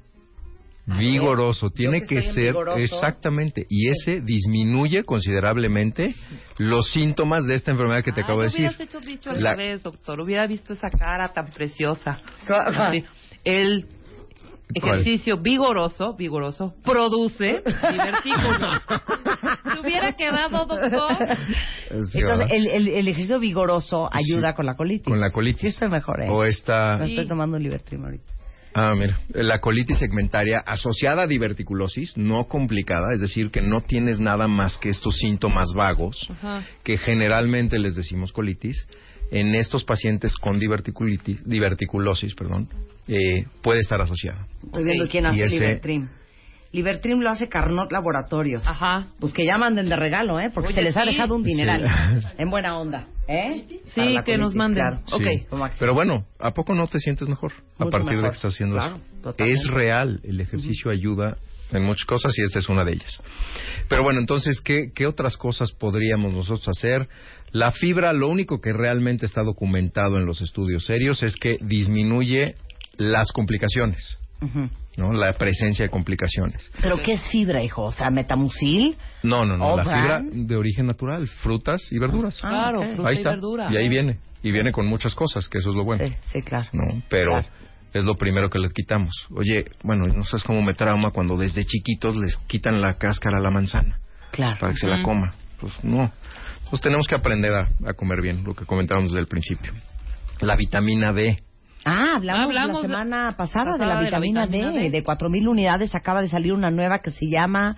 S6: Vigoroso, tiene que, que ser vigoroso. Exactamente, y ese disminuye considerablemente los síntomas de esta enfermedad que te
S5: ah,
S6: acabo de decir.
S5: Hubieras hecho dicho al La... revés, doctor, hubiera visto esa cara tan preciosa. Sí. El ejercicio ¿Cuál? vigoroso, vigoroso, produce divertículos. Se hubiera quedado, doctor.
S3: Sí, entonces, el, el, el ejercicio vigoroso ayuda sí, con la colitis.
S6: Con la colitis.
S3: Sí, estoy mejor, ¿eh?
S6: O esta...
S3: Me estoy tomando un Libertrim ahorita.
S6: Ah, mira, la colitis segmentaria asociada a diverticulosis, no complicada, es decir, que no tienes nada más que estos síntomas vagos, Ajá. que generalmente les decimos colitis, en estos pacientes con diverticulitis, diverticulosis, perdón, eh, puede estar asociada.
S3: Estoy viendo quién hace ese... Libertrim. Libertrim lo hace Carnot Laboratorios.
S5: Ajá.
S3: Pues que ya manden de regalo, ¿eh? Porque Oye, se les sí. ha dejado un dineral. Sí. En buena onda, ¿eh?
S5: Sí, que colitis, nos manden. Claro.
S6: Sí.
S5: Okay.
S6: Pero bueno, ¿a poco no te sientes mejor Mucho a partir mejor. de que estás haciendo
S3: claro,
S6: eso?
S3: Totalmente.
S6: Es real, el ejercicio uh-huh. ayuda en muchas cosas y esta es una de ellas. Pero bueno, entonces, ¿qué, ¿qué otras cosas podríamos nosotros hacer? La fibra, lo único que realmente está documentado en los estudios serios es que disminuye las complicaciones. Uh-huh. ¿No? La presencia de complicaciones.
S3: ¿Pero qué es fibra, hijo? O sea, metamucil.
S6: No, no, no. La fibra de origen natural, frutas y verduras.
S5: Ah, claro, okay. frutas
S6: ahí está.
S5: y verduras.
S6: Y ahí viene. Y viene con muchas cosas, que eso es lo bueno.
S3: Sí, sí, claro.
S6: No, pero claro. es lo primero que les quitamos. Oye, bueno, no sabes cómo me trauma cuando desde chiquitos les quitan la cáscara a la manzana.
S3: Claro.
S6: Para que uh-huh. se la coma. Pues no. Pues tenemos que aprender a, a comer bien, lo que comentábamos desde el principio. La vitamina D.
S3: Ah, hablamos, hablamos la semana pasada, pasada de la vitamina, de la vitamina D, D. De cuatro mil unidades acaba de salir una nueva que se llama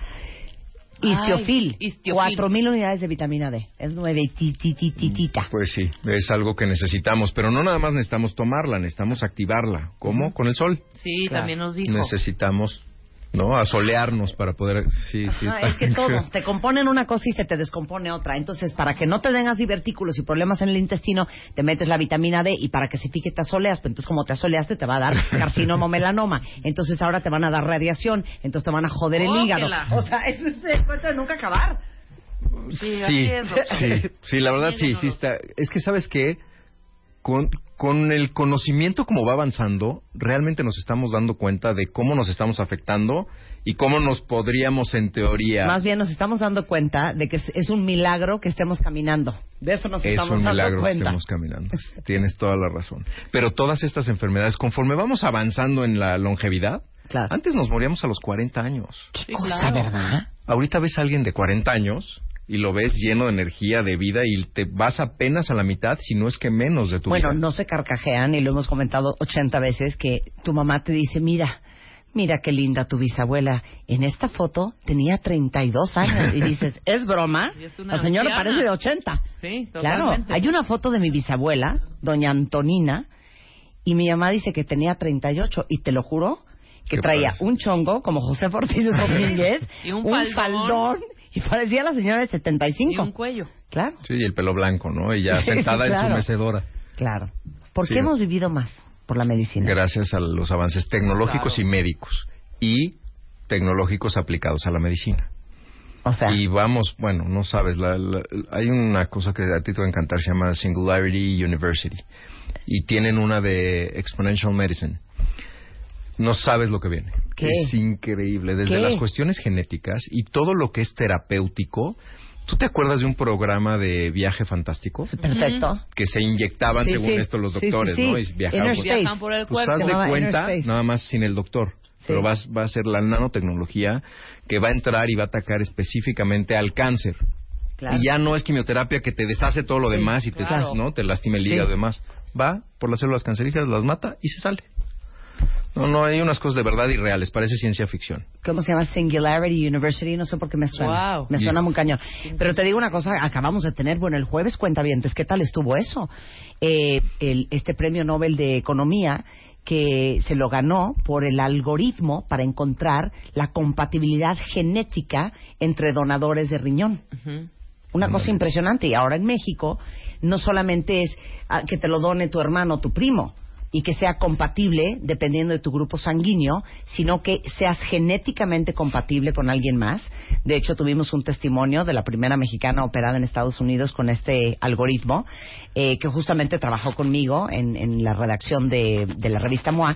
S3: Histiofil. cuatro mil unidades de vitamina D. Es nuevecita.
S6: Pues sí, es algo que necesitamos. Pero no nada más necesitamos tomarla, necesitamos activarla. ¿Cómo? Uh-huh. Con el sol.
S5: Sí, claro. También nos dijo.
S6: Necesitamos... ¿no? A solearnos para poder... Sí, sí
S3: Ajá,
S6: está.
S3: Es que todo, te componen una cosa y se te descompone otra. Entonces, para que no te tengas divertículos y problemas en el intestino, te metes la vitamina D y para que se fije te asoleas. Pues entonces, como te asoleaste, te va a dar carcinoma o melanoma. Entonces, ahora te van a dar radiación. Entonces, te van a joder el hígado. O sea, eso es el cuento de nunca acabar.
S6: Sí, sí, sí, sí, la verdad sí, sí está. Es que, ¿sabes qué? Con, con el conocimiento como va avanzando, realmente nos estamos dando cuenta de cómo nos estamos afectando y cómo nos podríamos, en teoría...
S3: Más bien nos estamos dando cuenta de que es, es un milagro que estemos caminando. De eso nos estamos dando cuenta.
S6: Es un milagro que estemos caminando. Tienes toda la razón. Pero todas estas enfermedades, conforme vamos avanzando en la longevidad,
S3: claro.
S6: Antes nos moríamos a los cuarenta años.
S3: ¿Qué cosa, claro. verdad?
S6: Ahorita ves a alguien de cuarenta años... y lo ves lleno de energía, de vida, y te vas apenas a la mitad, si no es que menos de tu
S3: bueno,
S6: vida.
S3: Bueno, no se carcajean, y lo hemos comentado ochenta veces, que tu mamá te dice, mira, mira qué linda tu bisabuela. En esta foto tenía treinta y dos años. Y dices, ¿es broma? Es la señora anciana. Parece de ochenta.
S5: Sí,
S3: totalmente. Claro, hay una foto de mi bisabuela, doña Antonina, y mi mamá dice que tenía treinta y ocho, y te lo juro, que traía parece? un chongo, como José Ortiz Domínguez,
S5: y un,
S3: un
S5: faldón.
S3: faldón, y parecía la señora de setenta y cinco.
S5: Y un cuello.
S3: Claro.
S6: Sí, y el pelo blanco, ¿no? Y ya sentada sí, claro. en su mecedora.
S3: Claro. ¿Por
S6: sí.
S3: qué hemos vivido más? por la medicina.
S6: Gracias a los avances tecnológicos claro. y médicos. Y tecnológicos aplicados a la medicina.
S3: O sea.
S6: Y vamos, bueno, no sabes, la, la, hay una cosa que a ti te va a encantar, se llama Singularity University. Y tienen una de Exponential Medicine. No sabes lo que viene.
S3: ¿Qué?
S6: Es increíble. Desde
S3: ¿Qué?
S6: las cuestiones genéticas y todo lo que es terapéutico. ¿Tú te acuerdas de un programa de Viaje Fantástico?
S3: Sí, perfecto.
S6: Que se inyectaban,
S3: sí,
S6: según
S3: sí.
S6: esto, los doctores,
S3: sí, sí, sí.
S6: ¿no? Y viajaban,
S3: Inner
S6: por,
S5: viajan por el
S6: pues
S5: cuerpo.
S6: haz de cuenta, nada más sin el doctor. Sí. Pero va, va a ser la nanotecnología que va a entrar y va a atacar específicamente al cáncer. Claro. Y ya no es quimioterapia que te deshace todo lo sí, demás y te, claro. ¿no? te lastima el hígado y sí. demás. Va por las células cancerígenas, las mata y se sale. No, no, hay unas cosas de verdad irreales, parece ciencia ficción.
S3: ¿Cómo se llama? Singularity University, no sé por qué me suena. Wow. Me suena yeah. muy cañón. Pero te digo una cosa, acabamos de tener, bueno, el jueves, cuentavientes, ¿qué tal estuvo eso? Eh, el, este premio Nobel de Economía que se lo ganó por el algoritmo para encontrar la compatibilidad genética entre donadores de riñón. Uh-huh. Una cosa uh-huh. impresionante. Y ahora en México no solamente es ah, que te lo done tu hermano o tu primo, y que sea compatible dependiendo de tu grupo sanguíneo, sino que seas genéticamente compatible con alguien más. De hecho, tuvimos un testimonio de la primera mexicana operada en Estados Unidos con este algoritmo, eh, que justamente trabajó conmigo en, en la redacción de, de la revista M O A,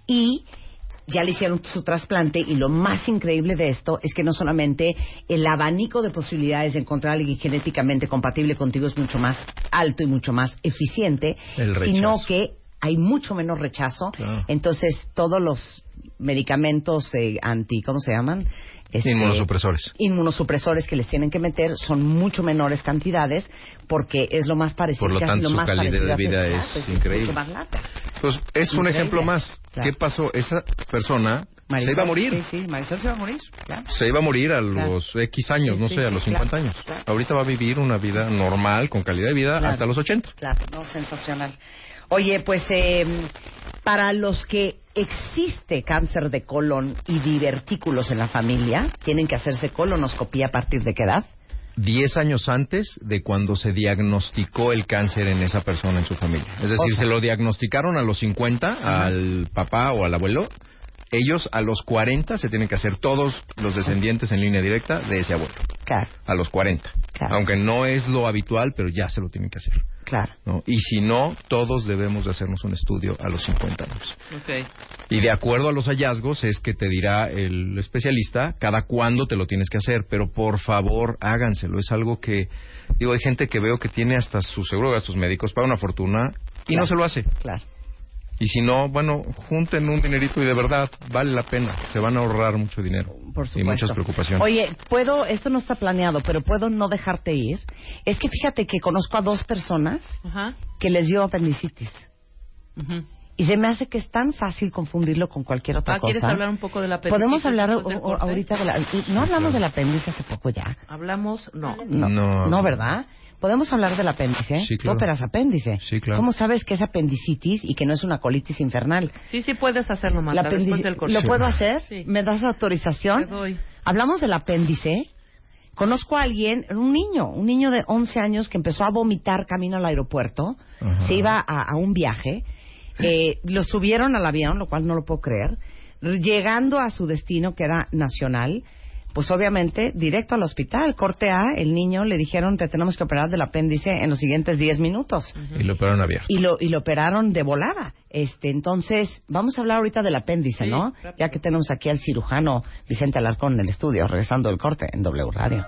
S3: y ya le hicieron su trasplante, y lo más increíble de esto es que no solamente el abanico de posibilidades de encontrar a alguien genéticamente compatible contigo es mucho más alto y mucho más eficiente, sino que hay mucho menos rechazo. Claro. Entonces, todos los medicamentos eh, anti, ¿cómo se llaman? Este,
S6: inmunosupresores.
S3: Inmunosupresores que les tienen que meter son mucho menores cantidades, porque es lo más parecido.
S6: Por lo tanto,
S3: lo
S6: su
S3: más
S6: calidad de vida es, es increíble.
S3: Mucho más lata.
S6: Pues es increíble. Un ejemplo más. Claro. ¿Qué pasó? Esa persona Marisol, se iba a morir.
S3: Sí, sí, Marisol se iba a morir. Claro.
S6: Se iba a morir a los claro. X años, sí, no sí, sé, a los sí, cincuenta claro, años. Claro. Ahorita va a vivir una vida normal, con calidad de vida, claro. hasta los ochenta.
S3: Claro, no, sensacional. Oye, pues eh, para los que existe cáncer de colon y divertículos en la familia, ¿tienen que hacerse colonoscopía a partir de qué edad?
S6: Diez años antes de cuando se diagnosticó el cáncer en esa persona, en su familia. Es decir, o sea, se lo diagnosticaron a los cincuenta, uh-huh. al papá o al abuelo. Ellos a los cuarenta se tienen que hacer todos los descendientes en línea directa de ese abuelo.
S3: Claro.
S6: A los cuarenta. Claro. Aunque no es lo habitual, pero ya se lo tienen que hacer.
S3: Claro.
S6: ¿No? Y si no, todos debemos de hacernos un estudio a los cincuenta años.
S5: Okay.
S6: Y de acuerdo a los hallazgos es que te dirá el especialista cada cuándo te lo tienes que hacer. Pero por favor, háganselo. Es algo que, digo, hay gente que veo que tiene hasta su seguro de gastos médicos, paga una fortuna y claro. no se lo hace.
S3: Claro.
S6: Y si no, bueno, junten un dinerito y de verdad vale la pena. Se van a ahorrar mucho dinero.
S3: Por supuesto.
S6: Y muchas preocupaciones.
S3: Oye, puedo, esto no está planeado, pero puedo no dejarte ir. Es que fíjate que conozco a dos personas uh-huh. que les dio apendicitis. Uh-huh. Y se me hace que es tan fácil confundirlo con cualquier otra
S5: ah,
S3: cosa.
S5: ¿Quieres hablar un poco de la apendicitis?
S3: Podemos hablar o, o, ahorita de la... ¿No hablamos del apéndice hace poco ya?
S5: ¿Hablamos? No.
S3: No, no, no ¿verdad? ¿Podemos hablar del apéndice?
S6: Sí, claro.
S3: Tú operas apéndice.
S6: Sí, claro.
S3: ¿Cómo sabes que es apendicitis y que no es una colitis infernal?
S5: Sí, sí puedes hacerlo, Marta,
S3: apendic...
S5: después del corte.
S3: ¿Lo puedo hacer?
S5: Sí.
S3: ¿Me das autorización?
S5: Te doy.
S3: Hablamos del apéndice. Conozco a alguien, un niño, un niño de once años que empezó a vomitar camino al aeropuerto. Ajá. Se iba a, a un viaje. Eh, lo subieron al avión, lo cual no lo puedo creer. Llegando a su destino, que era nacional, pues obviamente directo al hospital. Corte A, el niño le dijeron te tenemos que operar del apéndice en los siguientes diez minutos.
S6: Uh-huh. Y lo operaron abierto.
S3: Y lo, y lo operaron de volada. Este, entonces, vamos a hablar ahorita del apéndice, sí, ¿no? Rápido. Ya que tenemos aquí al cirujano Vicente Alarcón en el estudio, regresando del corte en W Radio.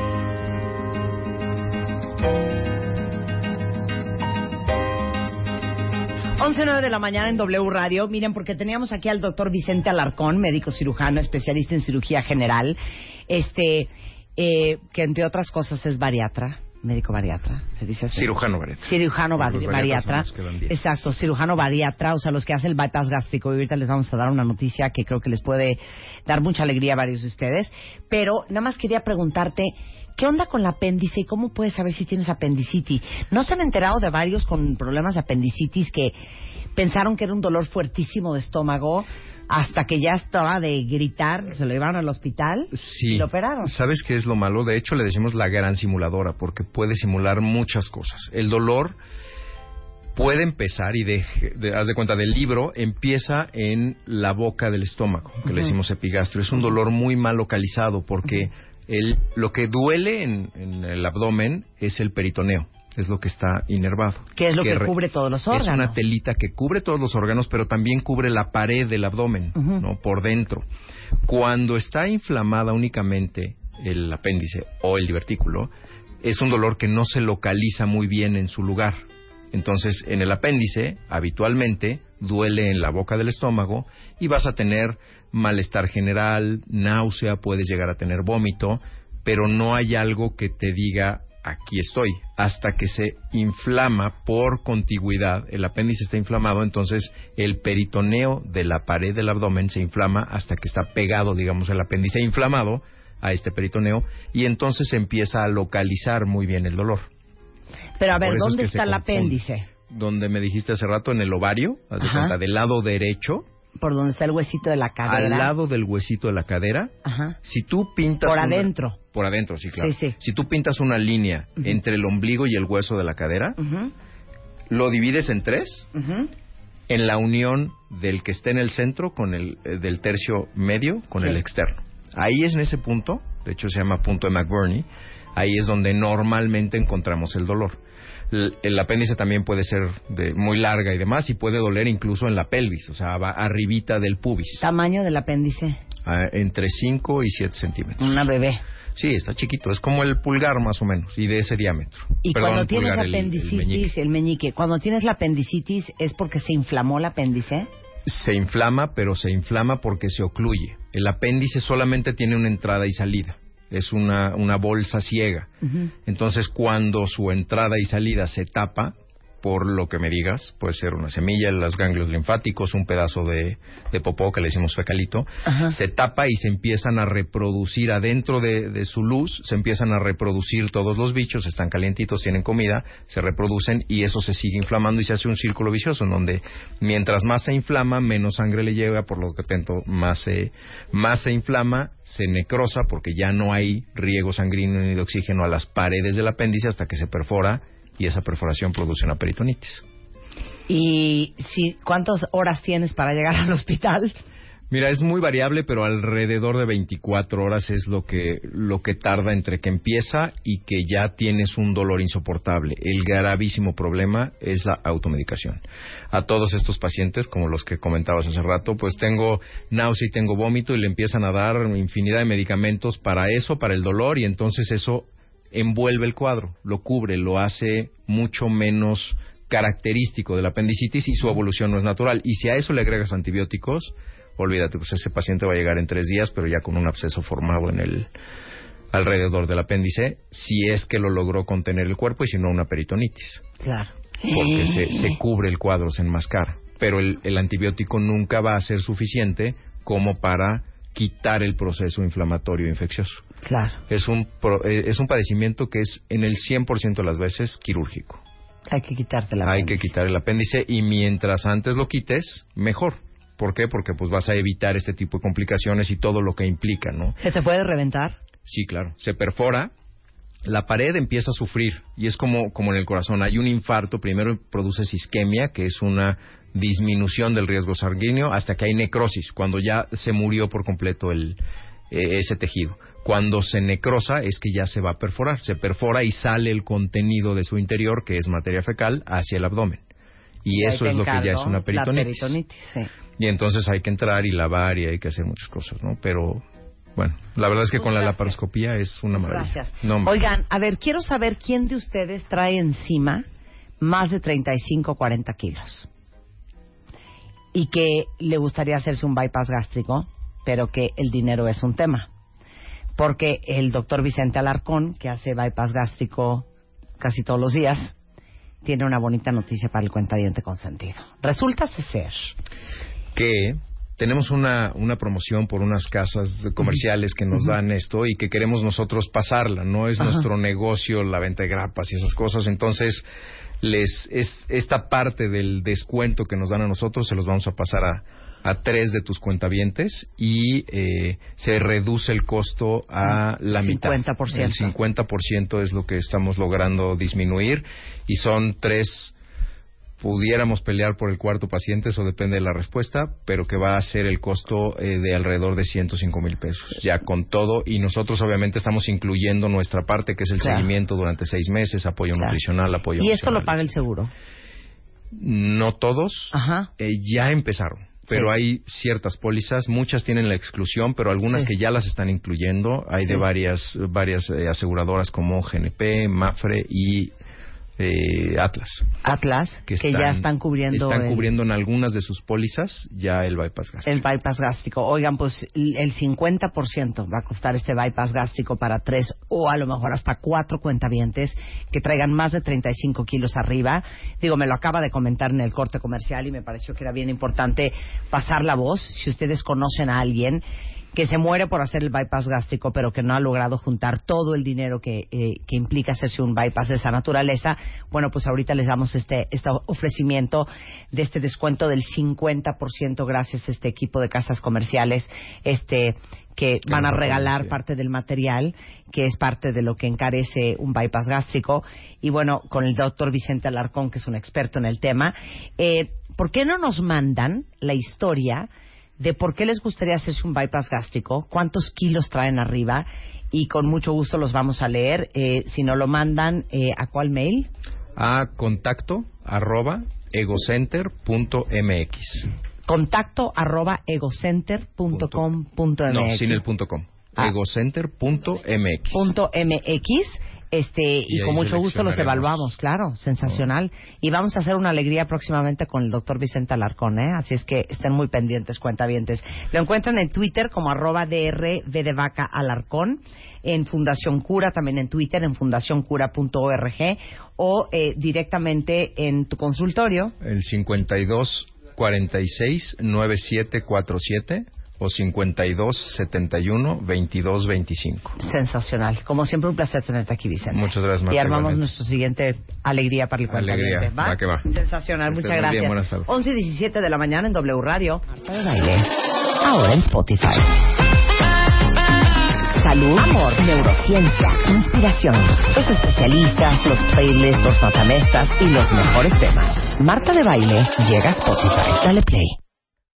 S3: once nueve de la mañana en W Radio. Miren, porque teníamos aquí al doctor Vicente Alarcón, médico cirujano, especialista en cirugía general, este, eh, que entre otras cosas es bariatra, médico bariatra, se dice así.
S6: Cirujano bariatra.
S3: Cirujano bari- bariatra. Exacto, cirujano bariatra, o sea, los que hacen el bypass gástrico. Y ahorita les vamos a dar una noticia que creo que les puede dar mucha alegría a varios de ustedes. Pero nada más quería preguntarte, ¿qué onda con el apéndice y cómo puedes saber si tienes apendicitis? ¿No se han enterado de varios con problemas de apendicitis que pensaron que era un dolor fuertísimo de estómago hasta que ya estaba de gritar, se lo llevaron al hospital
S6: sí.
S3: y lo operaron?
S6: ¿Sabes qué es lo malo? De hecho, le decimos la gran simuladora porque puede simular muchas cosas. El dolor puede empezar, y de, de, haz de cuenta, del libro, empieza en la boca del estómago, que uh-huh. le decimos epigastrio. Es un dolor muy mal localizado porque uh-huh. el, lo que duele en, en el abdomen es el peritoneo. Es lo que está inervado.
S3: ¿Qué es lo que, que re- cubre todos los órganos?
S6: Es una telita que cubre todos los órganos, pero también cubre la pared del abdomen, uh-huh. ¿no? Por dentro. Cuando está inflamada únicamente el apéndice o el divertículo, es un dolor que no se localiza muy bien en su lugar. Entonces, en el apéndice, habitualmente, duele en la boca del estómago y vas a tener malestar general, náusea, puedes llegar a tener vómito, pero no hay algo que te diga, aquí estoy, hasta que se inflama por contigüidad, el apéndice está inflamado, entonces el peritoneo de la pared del abdomen se inflama hasta que está pegado, digamos, el apéndice inflamado a este peritoneo, y entonces se empieza a localizar muy bien el dolor.
S3: Pero a ver, ¿dónde es está el apéndice?
S6: Donde me dijiste hace rato, en el ovario, haz de cuenta, del lado derecho.
S3: Por donde está el huesito de la cadera.
S6: Al lado del huesito de la cadera.
S3: Ajá.
S6: Si tú pintas...
S3: Por
S6: una,
S3: adentro.
S6: Por adentro, sí, claro.
S3: Sí, sí.
S6: Si tú pintas una línea uh-huh. entre el ombligo y el hueso de la cadera, uh-huh. lo divides en tres, uh-huh. en la unión del que esté en el centro con el eh, del tercio medio con sí. el externo. Ahí es en ese punto, de hecho se llama punto de McBurney, ahí es donde normalmente encontramos el dolor. El, el apéndice también puede ser de muy larga y demás, y puede doler incluso en la pelvis, o sea, va arribita del pubis.
S3: ¿Tamaño del apéndice?
S6: Ah, entre cinco y siete centímetros.
S3: Una bebé.
S6: Sí, está chiquito, es como el pulgar más o menos, y de ese diámetro.
S3: Y
S6: Perdón,
S3: cuando tienes
S6: pulgar,
S3: apendicitis,
S6: el, el, meñique.
S3: el meñique, cuando tienes la apendicitis, ¿es porque se inflamó el apéndice?
S6: Se inflama, pero se inflama porque se ocluye. El apéndice solamente tiene una entrada y salida. Es una, una bolsa ciega. Uh-huh. Entonces, cuando su entrada y salida se tapa, por lo que me digas, puede ser una semilla, los ganglios linfáticos, un pedazo de, de popó que le decimos fecalito, uh-huh. se tapa y se empiezan a reproducir adentro de, de su luz, se empiezan a reproducir todos los bichos, están calientitos, tienen comida, se reproducen y eso se sigue inflamando y se hace un círculo vicioso en donde mientras más se inflama, menos sangre le llega, por lo que tanto más se, más se inflama, se necrosa porque ya no hay riego sanguíneo ni de oxígeno a las paredes del apéndice hasta que se perfora, y esa perforación produce una peritonitis.
S3: ¿Y si cuántas horas tienes para llegar al hospital?
S6: Mira, es muy variable, pero alrededor de veinticuatro horas es lo que lo que tarda entre que empieza y que ya tienes un dolor insoportable. El gravísimo problema es la automedicación. A todos estos pacientes, como los que comentabas hace rato, pues tengo náusea y tengo vómito y le empiezan a dar infinidad de medicamentos para eso, para el dolor, y entonces eso envuelve el cuadro, lo cubre, lo hace mucho menos característico de la apendicitis y su evolución no es natural. Y si a eso le agregas antibióticos, olvídate, pues ese paciente va a llegar en tres días, pero ya con un absceso formado en el alrededor del apéndice, si es que lo logró contener el cuerpo, y si no, una peritonitis.
S3: Claro.
S6: Porque se, se cubre el cuadro, se enmascara. Pero el, el antibiótico nunca va a ser suficiente como para quitar el proceso inflamatorio infeccioso.
S3: Claro.
S6: Es un, es un padecimiento que es en el cien por ciento de las veces quirúrgico.
S3: Hay que quitarte el apéndice.
S6: Hay que quitar el apéndice y mientras antes lo quites, mejor. ¿Por qué? Porque pues vas a evitar este tipo de complicaciones y todo lo que implica, ¿no?
S3: ¿Se te puede reventar?
S6: Sí, claro. Se perfora, la pared empieza a sufrir y es como, como en el corazón. Hay un infarto, primero produces isquemia, que es una disminución del riesgo sanguíneo, hasta que hay necrosis, cuando ya se murió por completo el, eh, ese tejido. Cuando se necrosa es que ya se va a perforar, se perfora y sale el contenido de su interior, que es materia fecal, hacia el abdomen. Y eso es lo que ya es una peritonitis.
S3: La peritonitis, sí.
S6: Y entonces hay que entrar y lavar y hay que hacer muchas cosas, ¿no? Pero bueno, la verdad es que con la laparoscopía es una maravilla.
S3: Gracias.
S6: No,
S3: Oigan, a ver, quiero saber quién de ustedes trae encima más de treinta y cinco, cuarenta kilos y que le gustaría hacerse un bypass gástrico, pero que el dinero es un tema. Porque el doctor Vicente Alarcón, que hace bypass gástrico casi todos los días, tiene una bonita noticia para el cuentaviente consentido. Resulta ser
S6: que tenemos una, una promoción por unas casas comerciales que nos uh-huh. dan esto y que queremos nosotros pasarla. No es uh-huh. nuestro negocio la venta de grapas y esas cosas. Entonces, les es esta parte del descuento que nos dan a nosotros se los vamos a pasar a, a tres de tus cuentavientes y eh, se reduce el costo a la mitad.
S3: cincuenta por ciento.
S6: El cincuenta por ciento es lo que estamos logrando disminuir y son tres... pudiéramos pelear por el cuarto paciente, eso depende de la respuesta, pero que va a ser el costo eh, de alrededor de ciento cinco mil pesos, ya con todo, y nosotros obviamente estamos incluyendo nuestra parte, que es el claro. seguimiento durante seis meses, apoyo claro. nutricional, apoyo
S3: ¿Y esto lo paga el seguro?
S6: No todos, eh, ya empezaron. Pero sí. hay ciertas pólizas, muchas tienen la exclusión, pero algunas sí. que ya las están incluyendo. Hay sí. de varias varias eh, aseguradoras como G N P, Mafre y eh, Atlas.
S3: Atlas, que, están, que ya están cubriendo...
S6: Están
S3: el,
S6: cubriendo en algunas de sus pólizas ya el bypass gástrico.
S3: El bypass gástrico. Oigan, pues el cincuenta por ciento va a costar este bypass gástrico para tres o a lo mejor hasta cuatro cuentavientes que traigan más de treinta y cinco kilos arriba. Digo, me lo acaba de comentar en el corte comercial y me pareció que era bien importante pasar la voz. Si ustedes conocen a alguien que se muere por hacer el bypass gástrico, pero que no ha logrado juntar todo el dinero que, eh, que implica hacerse un bypass de esa naturaleza, bueno, pues ahorita les damos este, este ofrecimiento de este descuento del cincuenta por ciento gracias a este equipo de casas comerciales, este que van a regalar parte del material, que es parte de lo que encarece un bypass gástrico. Y bueno, con el doctor Vicente Alarcón, que es un experto en el tema, eh, ¿por qué no nos mandan la historia de por qué les gustaría hacerse un bypass gástrico, cuántos kilos traen arriba, y con mucho gusto los vamos a leer? Eh, si no lo mandan, eh, ¿a cuál mail?
S6: A contacto arroba egocenter punto mx.
S3: Contacto arroba egocenter punto com punto mx.
S6: No, sin el punto com. Ah. egocenter punto mx.
S3: Punto mx. Este, y, y con mucho gusto los evaluamos, claro, sensacional. Oh. Y vamos a hacer una alegría próximamente con el doctor Vicente Alarcón, ¿eh? Así es que estén muy pendientes, cuentavientes. Lo encuentran en Twitter como arroba drv de vaca Alarcón, en Fundación Cura, también en Twitter, en fundación cura punto org, o eh, directamente en tu consultorio.
S6: El cincuenta y dos cuarenta y seis noventa y siete cuarenta y siete o cincuenta y dos setenta y uno veintidós veinticinco.
S3: Sensacional. Como siempre, un placer tenerte aquí, Vicente.
S6: Muchas gracias, Marta.
S3: Y armamos nuestra siguiente alegría para el
S6: Alegría,
S3: ¿va?
S6: va que va.
S3: Sensacional,
S6: Estés
S3: muchas gracias.
S6: Bien, buenas tardes.
S3: once y diecisiete de la mañana en W Radio. Marta de Baile. Ahora en Spotify. Salud, amor, neurociencia, inspiración, los especialistas, los playlists, los matamestas y los mejores temas. Marta de Baile llega a Spotify. Dale play.